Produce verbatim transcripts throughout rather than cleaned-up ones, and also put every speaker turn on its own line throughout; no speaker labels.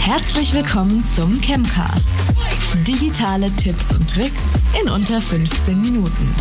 Herzlich willkommen zum Chemcast. Digitale Tipps und Tricks in unter fünfzehn Minuten.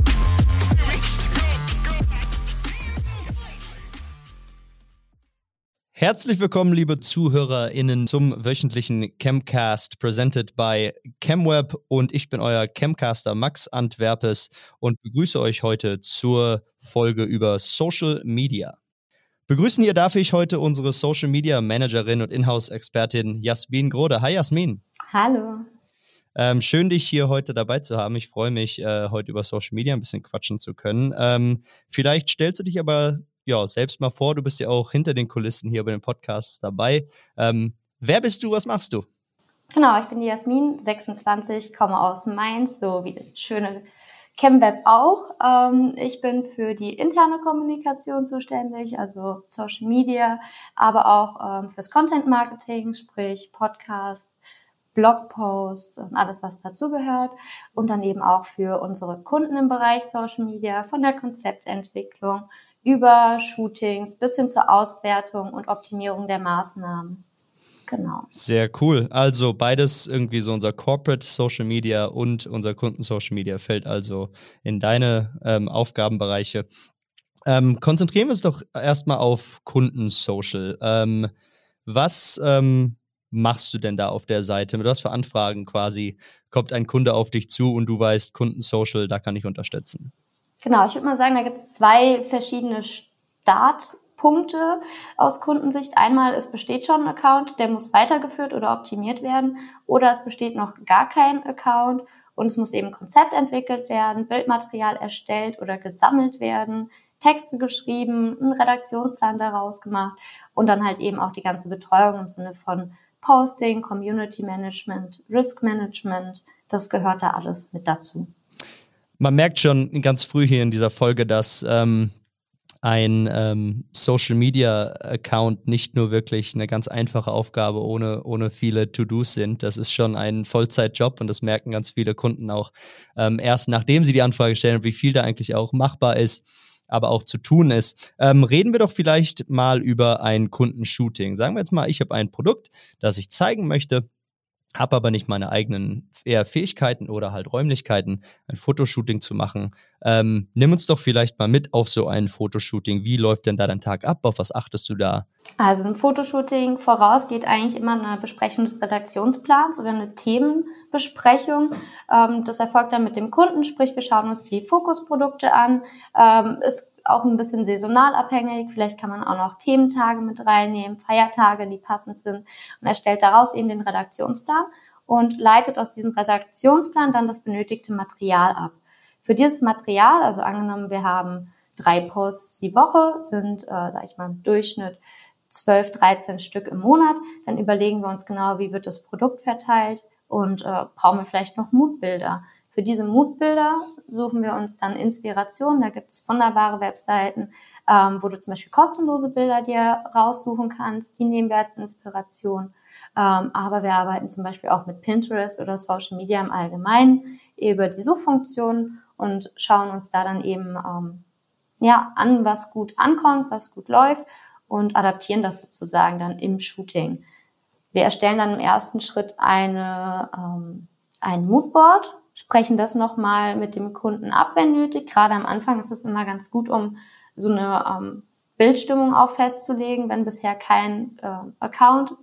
Herzlich willkommen, liebe ZuhörerInnen, zum wöchentlichen Chemcast presented by ChemWeb, und ich bin euer Chemcaster Max Antwerpes und begrüße euch heute zur Folge über Social Media. Begrüßen hier darf ich heute unsere Social Media Managerin und Inhouse-Expertin Jasmin Grode. Hi Jasmin.
Hallo.
Ähm, schön, dich hier heute dabei zu haben. Ich freue mich, äh, heute über Social Media ein bisschen quatschen zu können. Ähm, vielleicht stellst du dich aber ja, selbst mal vor, du bist ja auch hinter den Kulissen hier bei den Podcasts dabei. Ähm, wer bist du, was machst du?
Genau, ich bin die Jasmin, sechsundzwanzig, komme aus Mainz, so wie das schöne ChemWeb auch. Ähm, ich bin für die interne Kommunikation zuständig, also Social Media, aber auch ähm, fürs Content Marketing, sprich Podcast, Blogposts und alles, was dazugehört. Und dann eben auch für unsere Kunden im Bereich Social Media, von der Konzeptentwicklung über Shootings bis hin zur Auswertung und Optimierung der Maßnahmen. Genau.
Sehr cool. Also beides irgendwie so unser Corporate Social Media und unser Kunden Social Media fällt also in deine ähm, Aufgabenbereiche. Ähm, konzentrieren wir uns doch erstmal auf Kunden Social. Ähm, was ähm, machst du denn da auf der Seite? Mit was für Anfragen quasi kommt ein Kunde auf dich zu und du weißt, Kunden Social, da kann ich unterstützen?
Genau, ich würde mal sagen, da gibt es zwei verschiedene Startpunkte aus Kundensicht. Einmal, es besteht schon ein Account, der muss weitergeführt oder optimiert werden, oder es besteht noch gar kein Account und es muss eben Konzept entwickelt werden, Bildmaterial erstellt oder gesammelt werden, Texte geschrieben, ein Redaktionsplan daraus gemacht und dann halt eben auch die ganze Betreuung im Sinne von Posting, Community Management, Risk Management, das gehört da alles mit dazu.
Man merkt schon ganz früh hier in dieser Folge, dass ähm, ein ähm, Social-Media-Account nicht nur wirklich eine ganz einfache Aufgabe ohne, ohne viele To-Dos sind. Das ist schon ein Vollzeitjob und das merken ganz viele Kunden auch ähm, erst, nachdem sie die Anfrage stellen, wie viel da eigentlich auch machbar ist, aber auch zu tun ist. Ähm, reden wir doch vielleicht mal über ein Kundenshooting. Sagen wir jetzt mal, ich habe ein Produkt, das ich zeigen möchte, habe aber nicht meine eigenen eher Fähigkeiten oder halt Räumlichkeiten, ein Fotoshooting zu machen. Ähm, nimm uns doch vielleicht mal mit auf so ein Fotoshooting. Wie läuft denn da dein Tag ab? Auf was achtest du da?
Also ein Fotoshooting voraus geht eigentlich immer eine Besprechung des Redaktionsplans oder eine Themenbesprechung. Ähm, das erfolgt dann mit dem Kunden, sprich wir schauen uns die Fokusprodukte an. Ähm, ist auch ein bisschen saisonal abhängig. Vielleicht kann man auch noch Thementage mit reinnehmen, Feiertage, die passend sind, und erstellt daraus eben den Redaktionsplan und leitet aus diesem Redaktionsplan dann das benötigte Material ab. Für dieses Material, also angenommen, wir haben drei Posts die Woche, sind, äh, sag ich mal, im Durchschnitt zwölf, dreizehn Stück im Monat, dann überlegen wir uns genau, wie wird das Produkt verteilt und äh, brauchen wir vielleicht noch Moodbilder. Für diese Moodbilder suchen wir uns dann Inspiration. Da gibt es wunderbare Webseiten, ähm, wo du zum Beispiel kostenlose Bilder dir raussuchen kannst. Die nehmen wir als Inspiration. Ähm, aber wir arbeiten zum Beispiel auch mit Pinterest oder Social Media im Allgemeinen über die Suchfunktion und schauen uns da dann eben ähm, ja an, was gut ankommt, was gut läuft, und adaptieren das sozusagen dann im Shooting. Wir erstellen dann im ersten Schritt eine ähm, ein Moodboard, sprechen das nochmal mit dem Kunden ab, wenn nötig. Gerade am Anfang ist es immer ganz gut, um so eine ähm, Bildstimmung auch festzulegen, wenn bisher kein äh, Account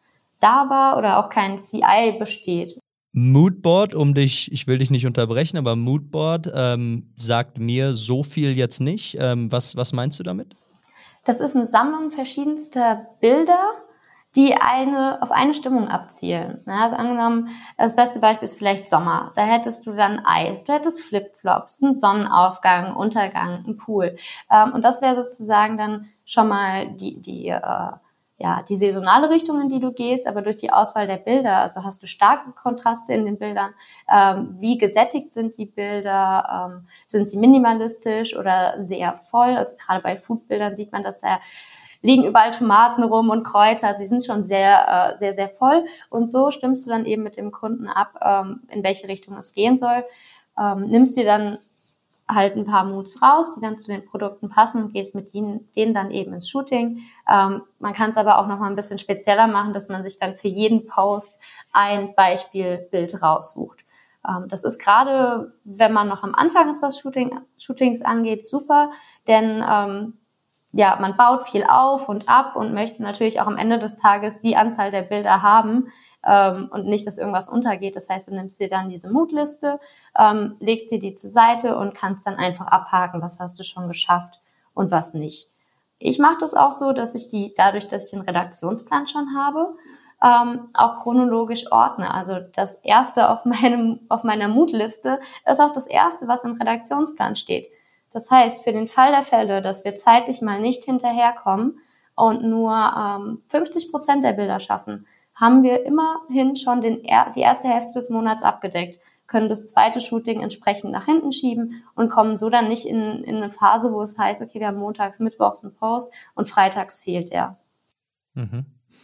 da war oder auch kein C I besteht.
Moodboard, um dich, ich will dich nicht unterbrechen, aber Moodboard ähm, sagt mir so viel jetzt nicht. Ähm, was, was meinst du damit?
Das ist eine Sammlung verschiedenster Bilder, die eine auf eine Stimmung abzielen. Ja, also angenommen, das beste Beispiel ist vielleicht Sommer. Da hättest du dann Eis, du hättest Flipflops, einen Sonnenaufgang, einen Untergang, einen Pool. Ähm, und das wäre sozusagen dann schon mal die die äh, ja die saisonale Richtung, in die du gehst. Aber durch die Auswahl der Bilder, also hast du starke Kontraste in den Bildern. Ähm, wie gesättigt sind die Bilder? Ähm, sind sie minimalistisch oder sehr voll? Also gerade bei Foodbildern sieht man, dass da liegen überall Tomaten rum und Kräuter. Sie sind schon sehr, äh, sehr, sehr voll. Und so stimmst du dann eben mit dem Kunden ab, ähm, in welche Richtung es gehen soll. Ähm, nimmst dir dann halt ein paar Moods raus, die dann zu den Produkten passen und gehst mit denen, denen dann eben ins Shooting. Ähm, man kann es aber auch noch mal ein bisschen spezieller machen, dass man sich dann für jeden Post ein Beispielbild raussucht. Ähm, das ist gerade, wenn man noch am Anfang ist, was Shooting, Shootings angeht, super, denn ähm, ja, man baut viel auf und ab und möchte natürlich auch am Ende des Tages die Anzahl der Bilder haben, ähm, und nicht, dass irgendwas untergeht. Das heißt, du nimmst dir dann diese Moodliste, ähm, legst dir die zur Seite und kannst dann einfach abhaken, was hast du schon geschafft und was nicht. Ich mache das auch so, dass ich die, dadurch, dass ich den Redaktionsplan schon habe, ähm, auch chronologisch ordne. Also das Erste auf meinem, auf meiner Moodliste ist auch das Erste, was im Redaktionsplan steht. Das heißt, für den Fall der Fälle, dass wir zeitlich mal nicht hinterherkommen und nur ähm, fünfzig Prozent der Bilder schaffen, haben wir immerhin schon den, die erste Hälfte des Monats abgedeckt, können das zweite Shooting entsprechend nach hinten schieben und kommen so dann nicht in, in eine Phase, wo es heißt, okay, wir haben montags, mittwochs einen Post und freitags fehlt er.
Mhm.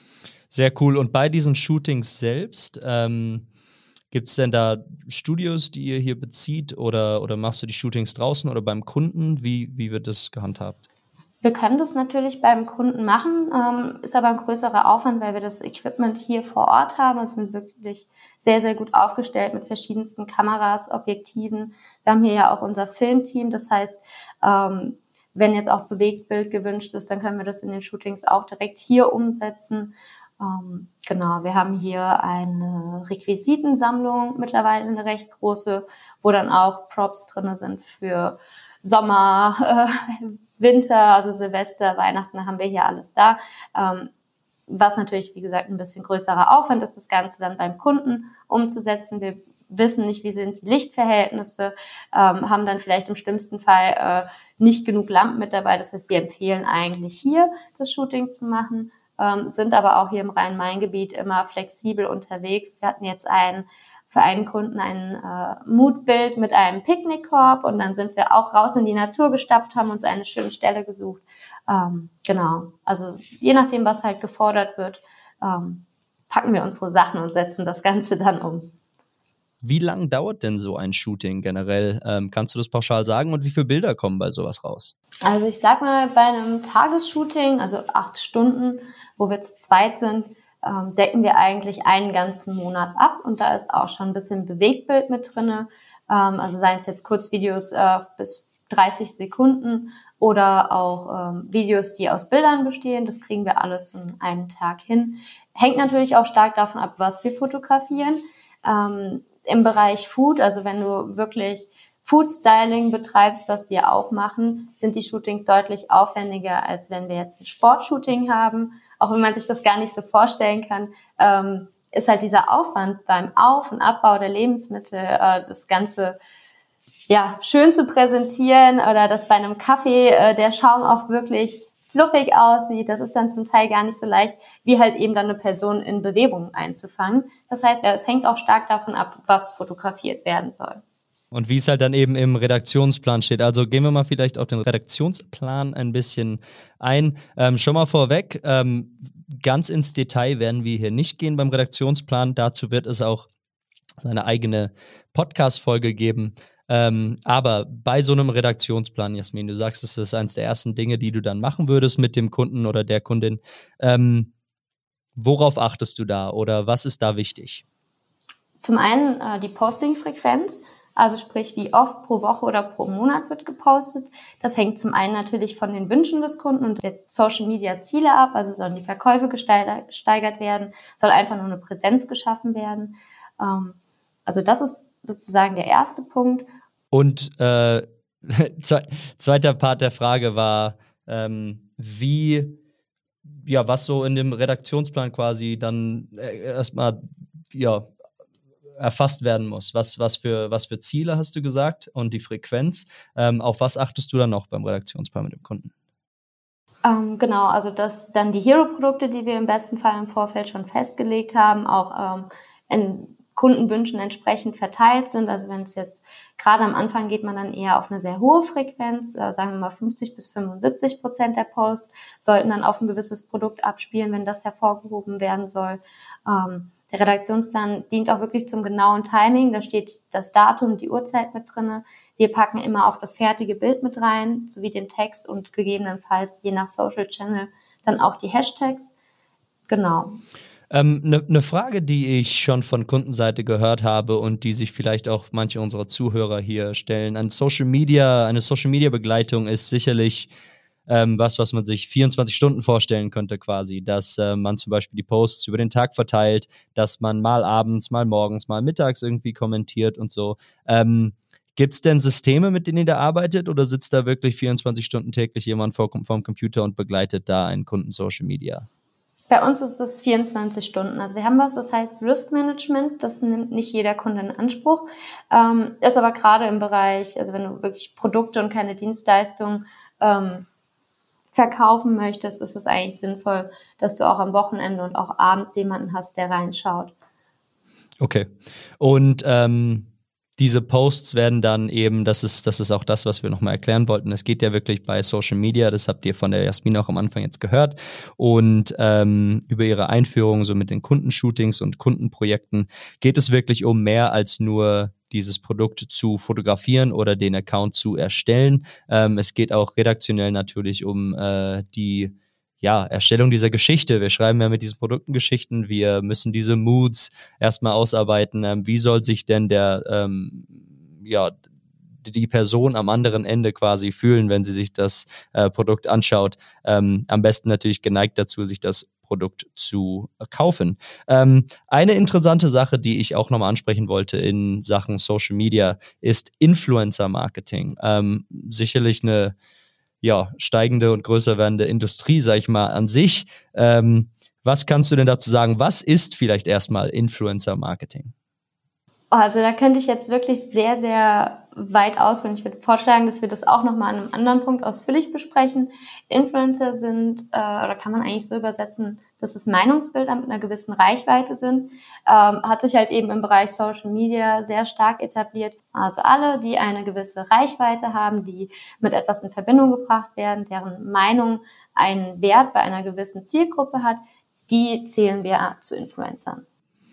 Sehr cool. Und bei diesen Shootings selbst, ähm, gibt es denn da Studios, die ihr hier bezieht oder, oder machst du die Shootings draußen oder beim Kunden? Wie, wie wird das gehandhabt?
Wir können das natürlich beim Kunden machen, ähm, ist aber ein größerer Aufwand, weil wir das Equipment hier vor Ort haben. Es sind wirklich sehr, sehr gut aufgestellt mit verschiedensten Kameras, Objektiven. Wir haben hier ja auch unser Filmteam, das heißt, ähm, wenn jetzt auch Bewegtbild gewünscht ist, dann können wir das in den Shootings auch direkt hier umsetzen. Ähm, genau, wir haben hier eine Requisitensammlung, mittlerweile eine recht große, wo dann auch Props drin sind für Sommer, äh, Winter, also Silvester, Weihnachten, haben wir hier alles da. Ähm, was natürlich, wie gesagt, ein bisschen größerer Aufwand ist, das Ganze dann beim Kunden umzusetzen. Wir wissen nicht, wie sind die Lichtverhältnisse, ähm, haben dann vielleicht im schlimmsten Fall äh, nicht genug Lampen mit dabei. Das heißt, wir empfehlen eigentlich hier das Shooting zu machen, ähm, sind aber auch hier im Rhein-Main-Gebiet immer flexibel unterwegs. Wir hatten jetzt einen für einen Kunden ein äh, Moodbild mit einem Picknickkorb und dann sind wir auch raus in die Natur gestapft, haben uns eine schöne Stelle gesucht. Ähm, genau, also je nachdem, was halt gefordert wird, ähm, packen wir unsere Sachen und setzen das Ganze dann um.
Wie lang dauert denn so ein Shooting generell? Ähm, kannst du das pauschal sagen und wie viele Bilder kommen bei sowas raus?
Also ich sag mal, bei einem Tagesshooting, also acht Stunden, wo wir zu zweit sind, ähm, decken wir eigentlich einen ganzen Monat ab und da ist auch schon ein bisschen Bewegtbild mit drinne. Ähm, also seien es jetzt Kurzvideos äh, bis dreißig Sekunden oder auch ähm, Videos, die aus Bildern bestehen. Das kriegen wir alles in einem Tag hin. Hängt natürlich auch stark davon ab, was wir fotografieren. Ähm, Im Bereich Food, also wenn du wirklich Food-Styling betreibst, was wir auch machen, sind die Shootings deutlich aufwendiger, als wenn wir jetzt ein Sportshooting haben. Auch wenn man sich das gar nicht so vorstellen kann, ähm, ist halt dieser Aufwand beim Auf- und Abbau der Lebensmittel, äh, das Ganze ja schön zu präsentieren oder dass bei einem Kaffee äh, der Schaum auch wirklich fluffig aussieht. Das ist dann zum Teil gar nicht so leicht, wie halt eben dann eine Person in Bewegung einzufangen. Das heißt, ja, es hängt auch stark davon ab, was fotografiert werden soll.
Und wie es halt dann eben im Redaktionsplan steht. Also gehen wir mal vielleicht auf den Redaktionsplan ein bisschen ein. Ähm, schon mal vorweg, ähm, ganz ins Detail werden wir hier nicht gehen beim Redaktionsplan. Dazu wird es auch seine eigene Podcast-Folge geben. Ähm, aber bei so einem Redaktionsplan, Jasmin, du sagst, es ist eines der ersten Dinge, die du dann machen würdest mit dem Kunden oder der Kundin. Ähm, worauf achtest du da oder was ist da wichtig?
Zum einen äh, die Posting-Frequenz. Also sprich, wie oft pro Woche oder pro Monat wird gepostet. Das hängt zum einen natürlich von den Wünschen des Kunden und der Social-Media-Ziele ab. Also sollen die Verkäufe gesteigert werden, soll einfach nur eine Präsenz geschaffen werden. Ähm, also das ist sozusagen der erste Punkt. Und äh,
zweiter Part der Frage war, ähm, wie, ja, was so in dem Redaktionsplan quasi dann erstmal, ja, erfasst werden muss. Was, was, für, was für Ziele hast du gesagt und die Frequenz? Ähm, auf was achtest du dann noch beim Redaktionsplan mit dem Kunden?
Ähm, genau, also dass dann die Hero-Produkte, die wir im besten Fall im Vorfeld schon festgelegt haben, auch ähm, in Kundenwünschen entsprechend verteilt sind. Also wenn es jetzt gerade am Anfang geht man dann eher auf eine sehr hohe Frequenz, äh, sagen wir mal fünfzig bis fünfundsiebzig Prozent der Posts sollten dann auf ein gewisses Produkt abspielen, wenn das hervorgehoben werden soll. Ähm, der Redaktionsplan dient auch wirklich zum genauen Timing. Da steht das Datum, die Uhrzeit mit drinne. Wir packen immer auch das fertige Bild mit rein, sowie den Text und gegebenenfalls je nach Social Channel dann auch die Hashtags. Genau.
Ähm, ne, ne Frage, die ich schon von Kundenseite gehört habe und die sich vielleicht auch manche unserer Zuhörer hier stellen. An Social Media, eine Social Media Begleitung ist sicherlich ähm, was, was man sich vierundzwanzig Stunden vorstellen könnte quasi, dass äh, man zum Beispiel die Posts über den Tag verteilt, dass man mal abends, mal morgens, mal mittags irgendwie kommentiert und so. Ähm, Gibt es denn Systeme, mit denen ihr da arbeitet, oder sitzt da wirklich vierundzwanzig Stunden täglich jemand vor, vorm Computer und begleitet da einen Kunden Social Media?
Bei uns ist es vierundzwanzig Stunden. Also wir haben was, das heißt Risk Management. Das nimmt nicht jeder Kunde in Anspruch. Ähm, ist aber gerade im Bereich, also wenn du wirklich Produkte und keine Dienstleistungen ähm, verkaufen möchtest, ist es eigentlich sinnvoll, dass du auch am Wochenende und auch abends jemanden hast, der reinschaut.
Okay. Und ähm diese Posts werden dann eben, das ist, das ist auch das, was wir nochmal erklären wollten. Es geht ja wirklich bei Social Media, das habt ihr von der Jasmin auch am Anfang jetzt gehört. Und ähm, über ihre Einführung, so mit den Kundenshootings und Kundenprojekten, geht es wirklich um mehr als nur dieses Produkt zu fotografieren oder den Account zu erstellen. Ähm, es geht auch redaktionell natürlich um äh, die ja, Erstellung dieser Geschichte. Wir schreiben ja mit diesen Produkten Geschichten. Wir müssen diese Moods erstmal ausarbeiten. Ähm, wie soll sich denn der, ähm, ja, die Person am anderen Ende quasi fühlen, wenn sie sich das äh, Produkt anschaut? Ähm, am besten natürlich geneigt dazu, sich das Produkt zu kaufen. Ähm, eine interessante Sache, die ich auch nochmal ansprechen wollte in Sachen Social Media, ist Influencer-Marketing. Ähm, sicherlich eine ja, steigende und größer werdende Industrie, sag ich mal, an sich. Ähm, was kannst du denn dazu sagen? Was ist vielleicht erstmal Influencer-Marketing?
Also da könnte ich jetzt wirklich sehr, sehr weit ausholen. Ich würde vorschlagen, dass wir das auch nochmal an einem anderen Punkt ausführlich besprechen. Influencer sind, äh, oder kann man eigentlich so übersetzen, dass es Meinungsbilder mit einer gewissen Reichweite sind, ähm, hat sich halt eben im Bereich Social Media sehr stark etabliert. Also alle, die eine gewisse Reichweite haben, die mit etwas in Verbindung gebracht werden, deren Meinung einen Wert bei einer gewissen Zielgruppe hat, die zählen wir zu Influencern.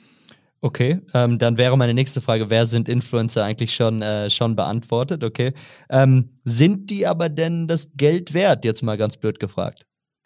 Okay, ähm, dann wäre meine nächste Frage, wer sind Influencer, eigentlich schon, äh, schon beantwortet, okay. Ähm, sind die aber denn das Geld wert, jetzt mal ganz blöd gefragt?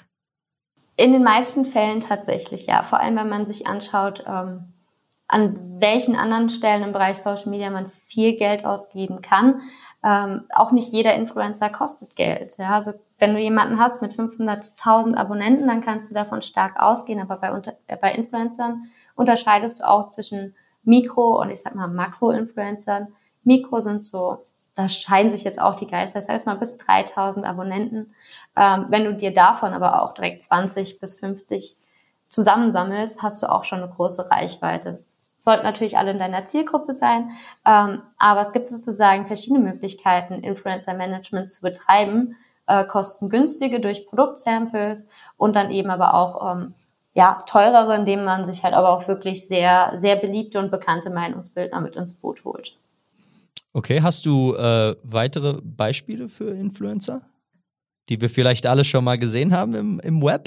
In den meisten Fällen tatsächlich, ja. Vor allem, wenn man sich anschaut, ähm, an welchen anderen Stellen im Bereich Social Media man viel Geld ausgeben kann. Ähm, auch nicht jeder Influencer kostet Geld. Ja? Also wenn du jemanden hast mit fünfhunderttausend Abonnenten, dann kannst du davon stark ausgehen. Aber bei, unter, äh, bei Influencern unterscheidest du auch zwischen Mikro- und ich sag mal Makro-Influencern. Mikro sind so, da scheiden sich jetzt auch die Geister, ich sag jetzt mal bis dreitausend Abonnenten. Ähm, wenn du dir davon aber auch direkt zwanzig bis fünfzig zusammensammelst, hast du auch schon eine große Reichweite. Sollten natürlich alle in deiner Zielgruppe sein, ähm, aber es gibt sozusagen verschiedene Möglichkeiten, Influencer-Management zu betreiben, äh, kostengünstige durch Produktsamples und dann eben aber auch ähm, ja teurere, indem man sich halt aber auch wirklich sehr, sehr beliebte und bekannte Meinungsbildner mit ins Boot holt.
Okay, hast du äh, weitere Beispiele für Influencer, die wir vielleicht alle schon mal gesehen haben im, im Web?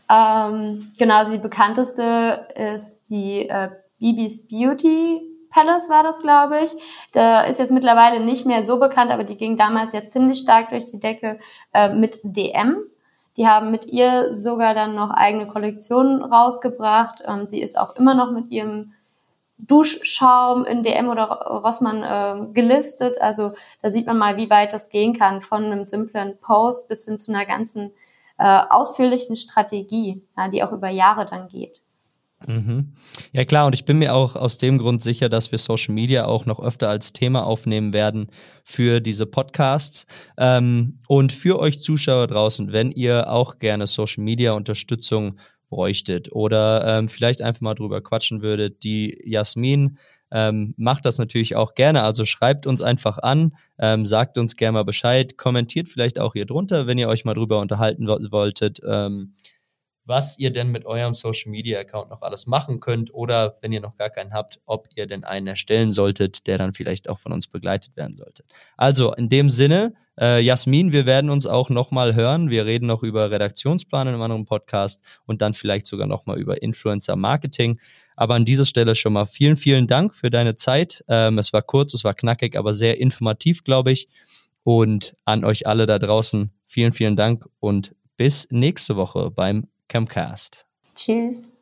Ähm, genau, also die bekannteste ist die äh, Bibis Beauty Palace, war das, glaube ich. Da ist jetzt mittlerweile nicht mehr so bekannt, aber die ging damals ja ziemlich stark durch die Decke äh, mit D M. Die haben mit ihr sogar dann noch eigene Kollektionen rausgebracht. Ähm, sie ist auch immer noch mit ihrem Duschschaum in D M oder Rossmann äh, gelistet. Also da sieht man mal, wie weit das gehen kann, von einem simplen Post bis hin zu einer ganzen äh, ausführlichen Strategie, ja, die auch über Jahre dann geht.
Mhm. Ja klar, und ich bin mir auch aus dem Grund sicher, dass wir Social Media auch noch öfter als Thema aufnehmen werden für diese Podcasts. Ähm, und für euch Zuschauer draußen, wenn ihr auch gerne Social Media Unterstützung bräuchtet oder ähm, vielleicht einfach mal drüber quatschen würdet, die Jasmin ähm, macht das natürlich auch gerne, also schreibt uns einfach an, ähm, sagt uns gerne mal Bescheid, kommentiert vielleicht auch hier drunter, wenn ihr euch mal drüber unterhalten wo- wolltet. Ähm, was ihr denn mit eurem Social-Media-Account noch alles machen könnt oder, wenn ihr noch gar keinen habt, ob ihr denn einen erstellen solltet, der dann vielleicht auch von uns begleitet werden sollte. Also in dem Sinne, äh, Jasmin, wir werden uns auch nochmal hören. Wir reden noch über Redaktionsplan in einem anderen Podcast und dann vielleicht sogar nochmal über Influencer-Marketing. Aber an dieser Stelle schon mal vielen, vielen Dank für deine Zeit. Ähm, es war kurz, es war knackig, aber sehr informativ, glaube ich. Und an euch alle da draußen vielen, vielen Dank und bis nächste Woche beim Chemcast.
Tschüss.